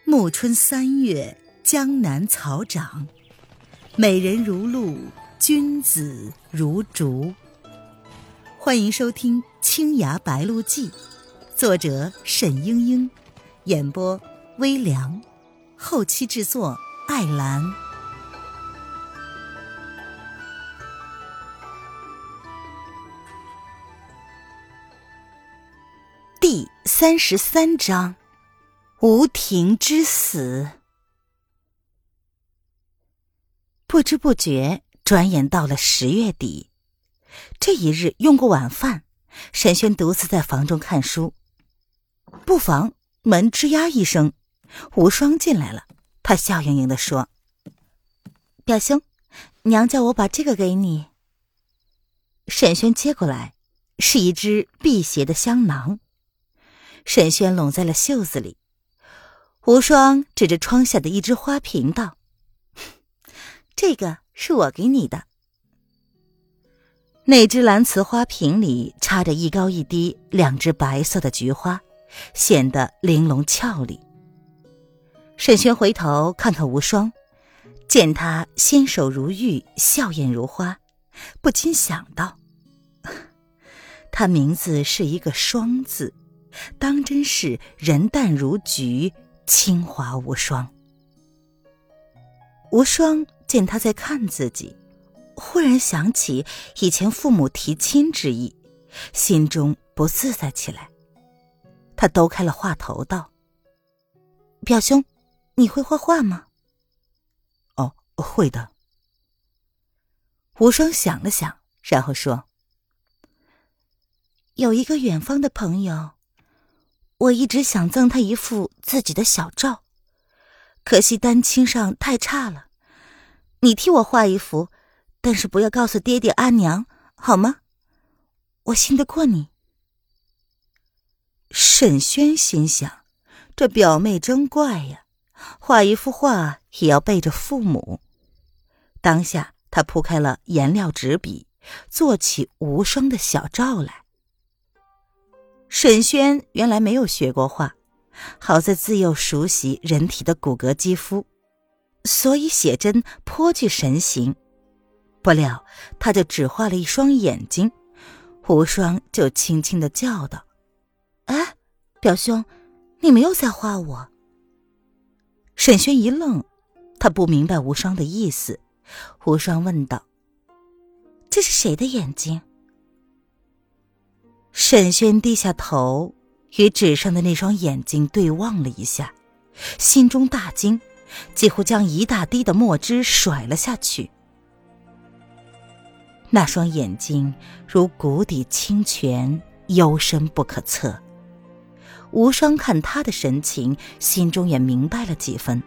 暮春3月，江南草长，美人如露，君子如竹。欢迎收听《青崖白鹿记》，作者沈英英，演播微凉，后期制作艾兰。第33章，吴婷之死。不知不觉转眼到了10月底。这一日用过晚饭，沈轩独自在房中看书。不妨门吱呀一声，无双进来了。他笑盈盈地说：“表兄，娘叫我把这个给你。”沈轩接过来，是一只辟邪的香囊。沈轩拢在了袖子里。无双指着窗下的一只花瓶道：“这个是我给你的。”那只蓝瓷花瓶里插着一高一低2只白色的菊花，显得玲珑俏丽。沈轩回头看看无双，见他纤手如玉，笑靥如花，不禁想到，他名字是一个双字，当真是人淡如菊，清华无双。无双见他在看自己，忽然想起以前父母提亲之意，心中不自在起来。他兜开了话头道：“表兄，你会画画吗？”“ 哦，会的。” 无双想了想，然后说：“有一个远方的朋友，我一直想赠他一幅自己的小照，可惜丹青上太差了，你替我画一幅，但是不要告诉爹爹阿娘，好吗？我信得过你。”沈轩心想，这表妹真怪呀，画一幅画也要背着父母。当下他铺开了颜料纸笔，做起无双的小照来。沈轩原来没有学过画，好在自幼熟悉人体的骨骼肌肤，所以写真颇具神形。不料他就只画了一双眼睛，无双就轻轻地叫道：“哎，表兄，你没有在画我？”沈轩一愣，他不明白无双的意思。无双问道：“这是谁的眼睛？”沈轩低下头，与纸上的那双眼睛对望了一下，心中大惊，几乎将一大滴的墨汁甩了下去。那双眼睛如谷底清泉，幽深不可测。无双看他的神情，心中也明白了几分。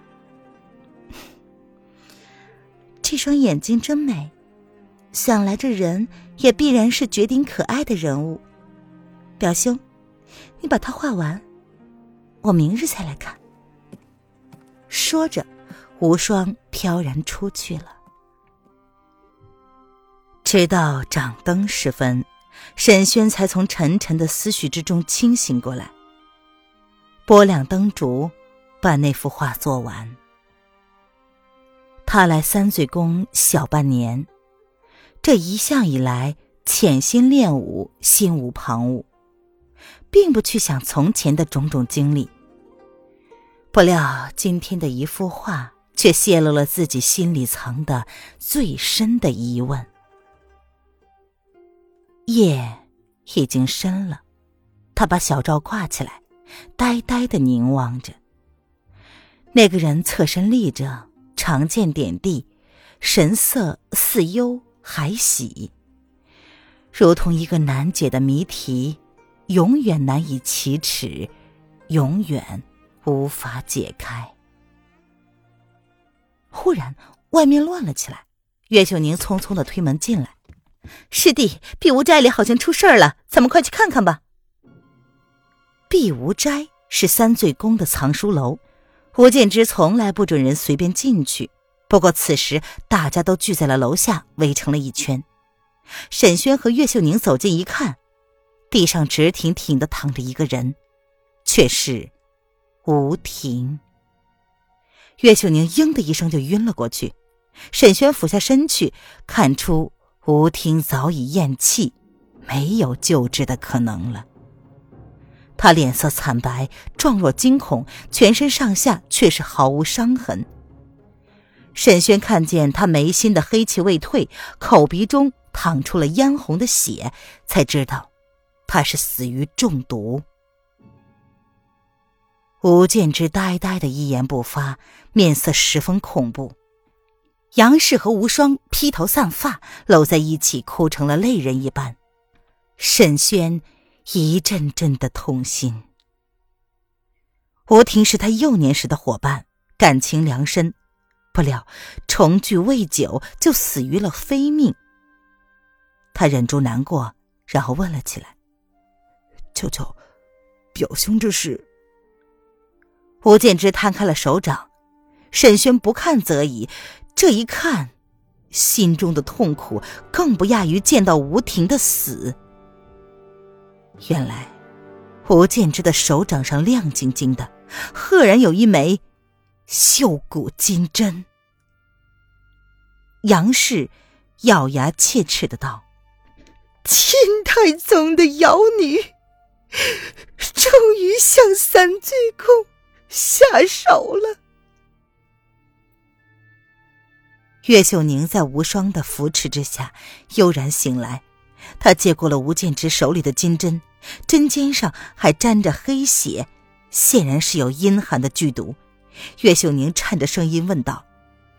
这双眼睛真美，想来这人也必然是绝顶可爱的人物。表兄，你把它画完，我明日再来看。说着，无双飘然出去了。直到掌灯时分，沈轩才从沉沉的思绪之中清醒过来，拨亮灯烛，把那幅画做完。他来三醉宫小半年，这一向以来潜心练武，心无旁骛，并不去想从前的种种经历。不料今天的一幅画却泄露了自己心里藏的最深的疑问。夜已经深了，他把小照挂起来，呆呆地凝望着。那个人侧身立着，长剑点地，神色似忧还喜，如同一个难解的谜题，永远难以启齿，永远无法解开。忽然外面乱了起来，岳秀宁匆匆地推门进来：“师弟，碧无斋里好像出事了，咱们快去看看吧。”碧无斋是三醉宫的藏书楼，吴建之从来不准人随便进去。不过此时大家都聚在了楼下，围成了一圈。沈轩和岳秀宁走近一看，地上直挺挺地躺着一个人，却是吴婷。 岳秀宁应的一声就晕了过去。沈轩俯下身去，看出吴婷早已咽气，没有救治的可能了。他脸色惨白，状若惊恐，全身上下却是毫无伤痕。沈轩看见他眉心的黑气未退，口鼻中淌出了嫣红的血，才知道他是死于中毒。吴建之呆呆的一言不发，面色十分恐怖。杨氏和无双披头散发，搂在一起哭成了泪人一般。沈轩一阵阵的痛心。吴婷是他幼年时的伙伴，感情良深，不料重聚未久就死于了非命。他忍住难过，然后问了起来： 舅舅，表兄这是？ 吴建之摊开了手掌。沈轩不看则已，这一看，心中的痛苦更不亚于见到吴婷的死。原来吴建之的手掌上亮晶晶的，赫然有一枚绣骨金针。杨氏咬牙切齿的道： 天太宗的妖女终于向三罪宫下手了。 岳秀宁在无双的扶持之下悠然醒来，他接过了吴建之手里的金针，针尖上还沾着黑血，显然是有阴寒的剧毒。岳秀宁颤着声音问道：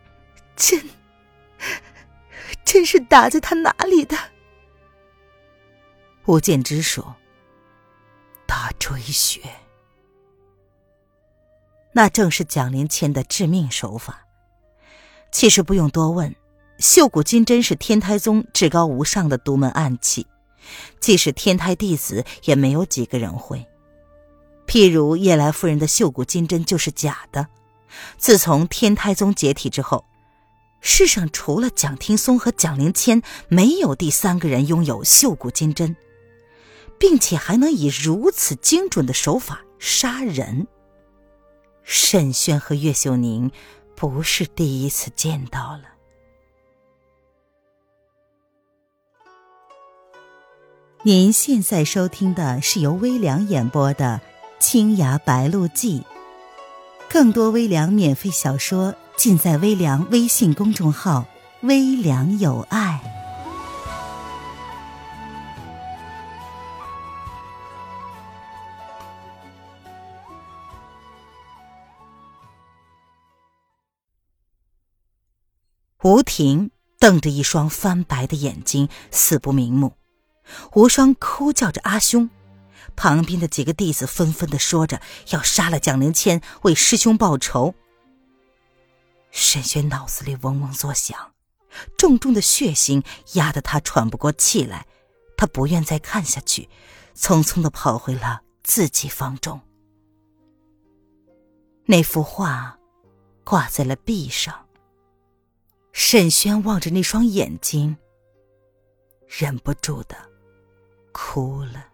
针是打在他哪里的？ 吴建之说： 大椎穴。 那正是蒋灵谦的致命手法。其实不用多问，绣骨金针是天台宗至高无上的独门暗器，即使天台弟子也没有几个人会。譬如叶来夫人的绣骨金针就是假的。自从天台宗解体之后，世上除了蒋听松和蒋灵谦，没有第三个人拥有绣骨金针，并且还能以如此精准的手法杀人。沈轩和岳秀宁不是第一次见到了。您现在收听的是由微凉演播的《青崖白鹿记》，更多微凉免费小说尽在微凉微信公众号“微凉有爱”。吴婷瞪着一双翻白的眼睛，死不瞑目。无双哭叫着阿兄，旁边的几个弟子纷纷地说着要杀了蒋灵谦，为师兄报仇。沈轩脑子里嗡嗡作响，重重的血腥压得他喘不过气来，他不愿再看下去，匆匆地跑回了自己房中。那幅画挂在了壁上，沈轩望着那双眼睛，忍不住的哭了。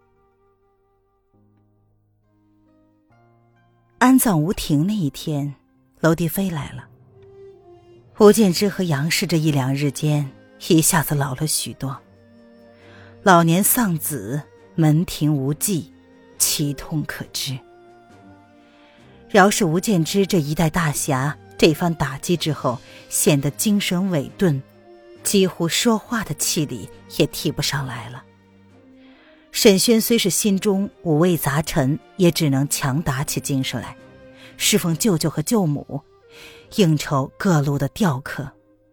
安葬吴婷那一天，娄帝飞来了。吴建之和杨氏这一两日间一下子老了许多，老年丧子，门庭无忌，其痛可知。饶是吴建之这一代大侠这番打击之后，显得精神萎顿，几乎说话的气力也提不上来了。沈轩虽是心中五味杂陈，也只能强打起精神来，侍奉舅舅和舅母，应酬各路的吊客。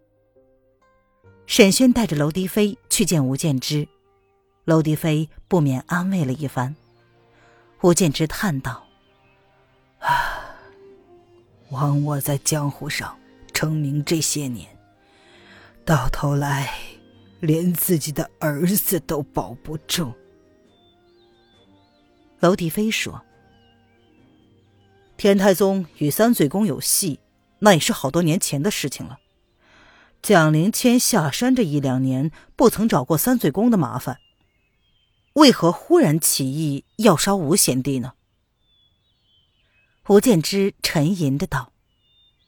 沈轩带着娄迪飞去见吴建之，娄迪飞不免安慰了一番。吴建之叹道： 枉我在江湖上成名这些年，到头来连自己的儿子都保不住。 娄迪飞说：天台宗与三罪宫有隙，那也是好多年前的事情了。蒋灵谦下山这一两年不曾找过三罪宫的麻烦，为何忽然起意要杀吴贤弟呢？吴建之沉吟的道：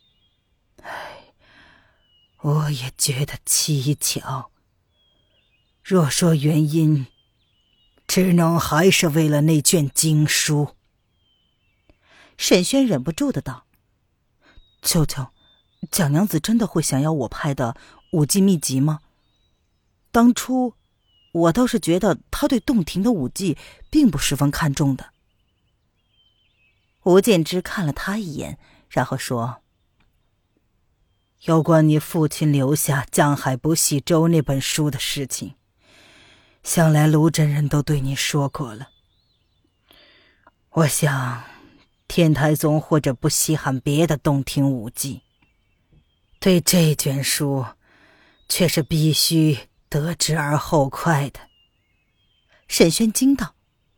我也觉得蹊跷。若说原因，只能还是为了那卷经书。 沈轩忍不住的道：“ 秋秋，蒋娘子真的会想要我拍的武技秘籍吗？当初我倒是觉得她对洞庭的武技并不十分看重的。” 吴建之看了他一眼，然后说：“ 有关你父亲留下《江海不系舟》那本书的事情，想来卢真人都对你说过了。我想天台宗或者不稀罕别的洞庭武技，对这卷书却是必须得之而后快的。” 沈轩惊道：“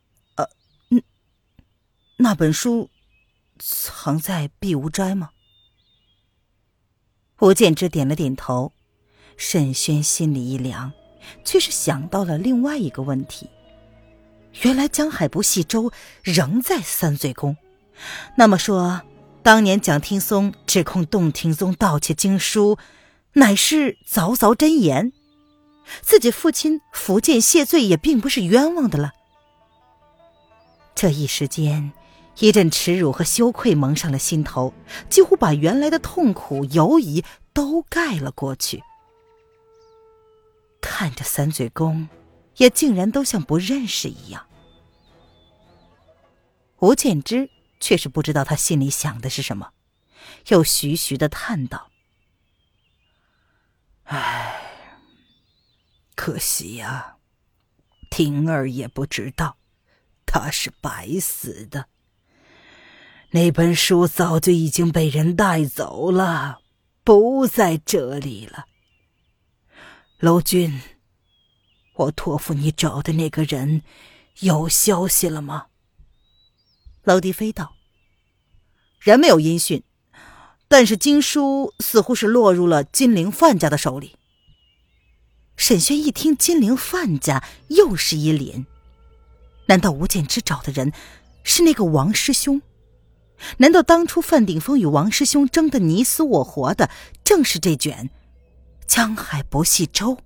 那本书藏在碧无斋吗？” 吴建之点了点头。沈轩心里一凉，却是想到了另外一个问题：原来江海不系舟仍在三醉宫。那么说，当年蒋听松指控洞庭宗盗窃经书，乃是凿凿真言，自己父亲伏剑谢罪也并不是冤枉的了。这一时间，一阵耻辱和羞愧蒙上了心头，几乎把原来的痛苦犹疑都盖了过去。看着三嘴公，也竟然都像不认识一样。吴建之却是不知道他心里想的是什么，又徐徐地叹道：“ 唉，可惜呀，婷儿也不知道，他是白死的。那本书早就已经被人带走了，不在这里了。娄君，我托付你找的那个人有消息了吗？” 娄迪飞道：“人没有音讯，但是经书似乎是落入了金陵范家的手里。”沈轩一听金陵范家，又是一凛。难道吴建之找的人是那个王师兄？难道当初范鼎峰与王师兄争得你死我活的，正是这卷江海不系舟？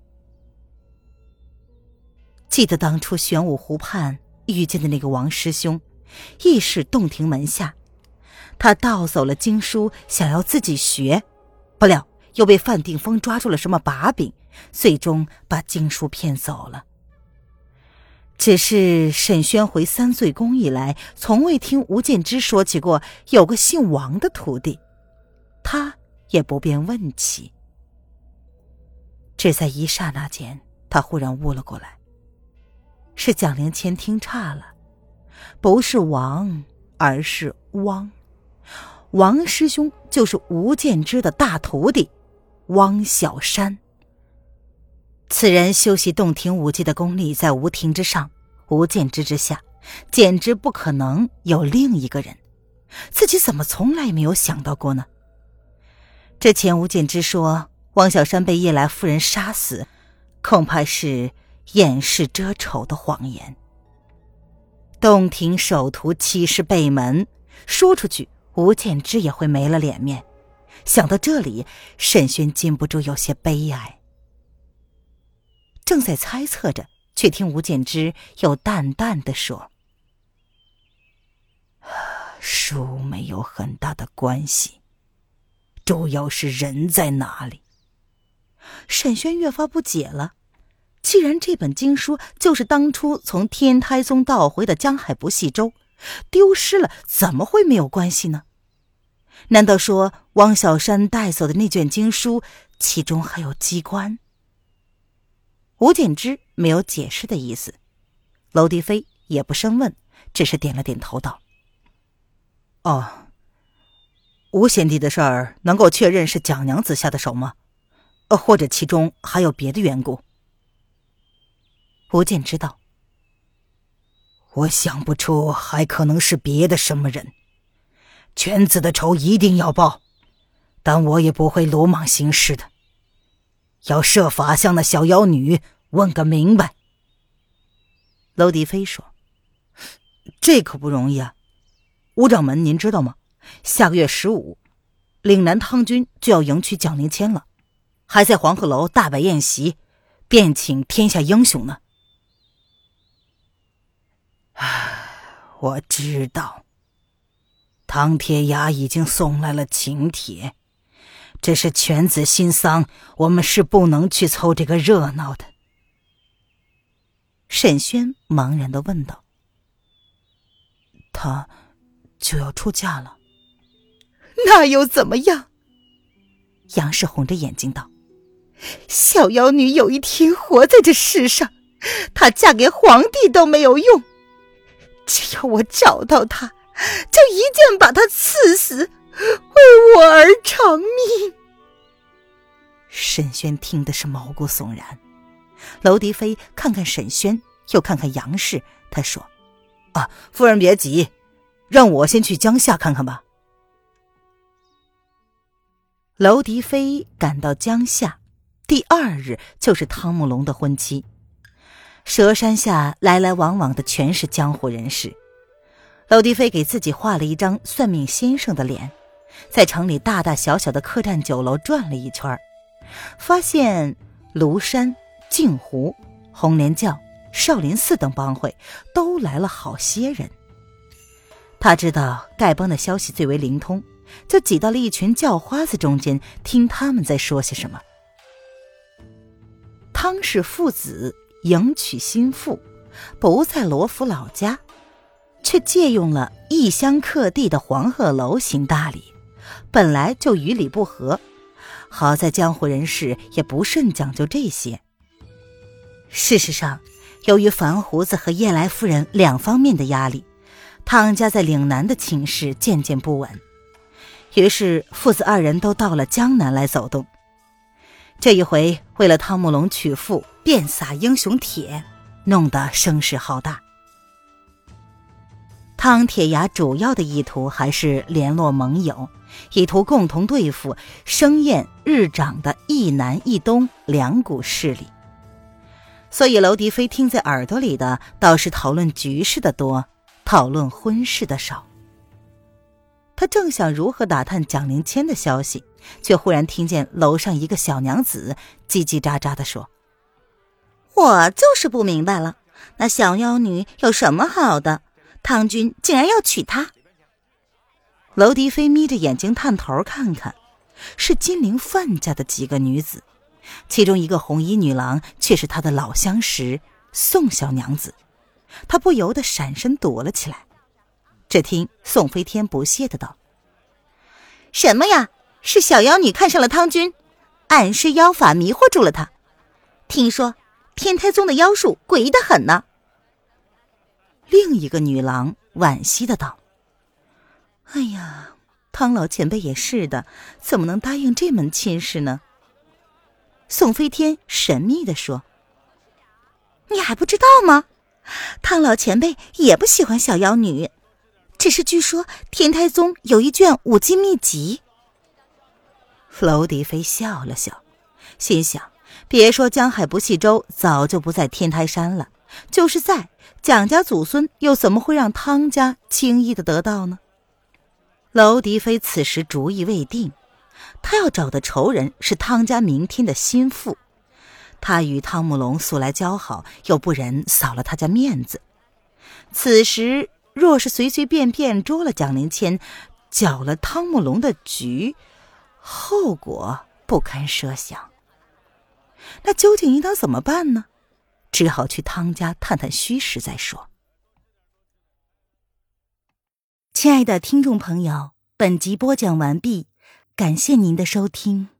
记得当初玄武湖畔遇见的那个王师兄，亦是洞庭门下，他盗走了经书，想要自己学，不料又被范定峰抓住了什么把柄，最终把经书骗走了。只是沈轩回三醉宫以来，从未听吴建之说起过有个姓王的徒弟，他也不便问起。只在一刹那间，他忽然悟了过来，是蒋灵谦听差了，不是王，而是汪。王师兄就是吴建之的大徒弟汪小山。此人修习洞庭武技的功力在吴庭之上，吴建之之下，简直不可能有另一个人。自己怎么从来没有想到过呢？之前吴建之说汪小山被叶来夫人杀死，恐怕是掩饰遮丑的谎言。洞庭首徒欺师背门，说出去吴建之也会没了脸面。想到这里，沈轩禁不住有些悲哀。正在猜测着，却听吴建之又淡淡地说：“ 书没有很大的关系，主要是人在哪里。” 沈轩越发不解了，既然这本经书就是当初从天台宗盗回的江海不系舟，丢失了怎么会没有关系呢？难道说汪小山带走的那卷经书其中还有机关？吴建之没有解释的意思，娄迪飞也不深问，只是点了点头道：“ 哦，吴贤弟的事儿能够确认是蒋娘子下的手吗？或者其中还有别的缘故？” 吴建之道：“ 我想不出还可能是别的什么人。犬子的仇一定要报，但我也不会鲁莽行事的，要设法向那小妖女问个明白。” 娄迪飞说：“ 这可不容易啊！吴掌门您知道吗？下个月15，岭南汤军就要迎娶蒋灵谦了， 还在黄鹤楼大摆宴席，便请天下英雄呢。 我知道，唐铁牙已经送来了请帖，只是犬子新丧，我们是不能去凑这个热闹的。 沈轩茫然地问道： 他就要出嫁了？ 那又怎么样？杨氏红着眼睛道：小妖女有一天活在这世上，她嫁给皇帝都没有用，只要我找到她，就一剑把她刺死，为我而偿命。沈轩听的是毛骨悚然。娄迪飞看看沈轩，又看看杨氏，他说： 夫人别急，让我先去江夏看看吧。 娄迪飞赶到江夏，第2日就是汤姆龙的婚期。蛇山下来来往往的全是江湖人士。娄迪飞给自己画了一张算命先生的脸，在城里大大小小的客栈酒楼转了一圈，发现庐山、镜湖、红莲教、少林寺等帮会都来了好些人。他知道丐帮的消息最为灵通，就挤到了一群叫花子中间，听他们在说些什么。汤氏父子迎娶新妇，不在罗府老家，却借用了异乡客地的黄鹤楼行大礼，本来就与理不合，好在江湖人士也不甚讲究这些。事实上，由于樊胡子和叶来夫人两方面的压力，汤家在岭南的情势渐渐不稳，于是父子2人都到了江南来走动。这一回为了汤姆龙娶妇，遍撒英雄帖，弄得声势浩大。汤铁牙主要的意图还是联络盟友，以图共同对付声焰日长的一南一东2股势力。所以娄迪飞听在耳朵里的倒是讨论局势的多，讨论婚事的少。他正想如何打探蒋灵谦的消息，却忽然听见楼上一个小娘子叽叽喳喳地说：我就是不明白了，那小妖女有什么好的，汤君竟然要娶她。娄迪飞眯着眼睛探头看看，是金陵范家的几个女子，其中一个红衣女郎却是他的老相识宋小娘子，他不由得闪身躲了起来。只听宋飞天不屑地道：什么呀，是小妖女看上了汤君，暗施妖法迷惑住了他，听说天台宗的妖术诡异得很呢。另一个女郎惋惜地道：哎呀，汤老前辈也是的，怎么能答应这门亲事呢？宋飞天神秘地说：你还不知道吗？汤老前辈也不喜欢小妖女，只是据说天台宗有一卷武技秘籍。娄迪飞笑了笑，心想别说江海不系舟早就不在天台山了，就是在蒋家祖孙又怎么会让汤家轻易的得到呢？娄迪飞此时主意未定，他要找的仇人是汤家明天的心腹，他与汤姆龙素来交好，又不忍扫了他家面子。此时若是随随便便捉了蒋灵谦，搅了汤姆龙的局，后果不堪设想。那究竟应当怎么办呢？只好去汤家探探虚实再说。亲爱的听众朋友，本集播讲完毕，感谢您的收听。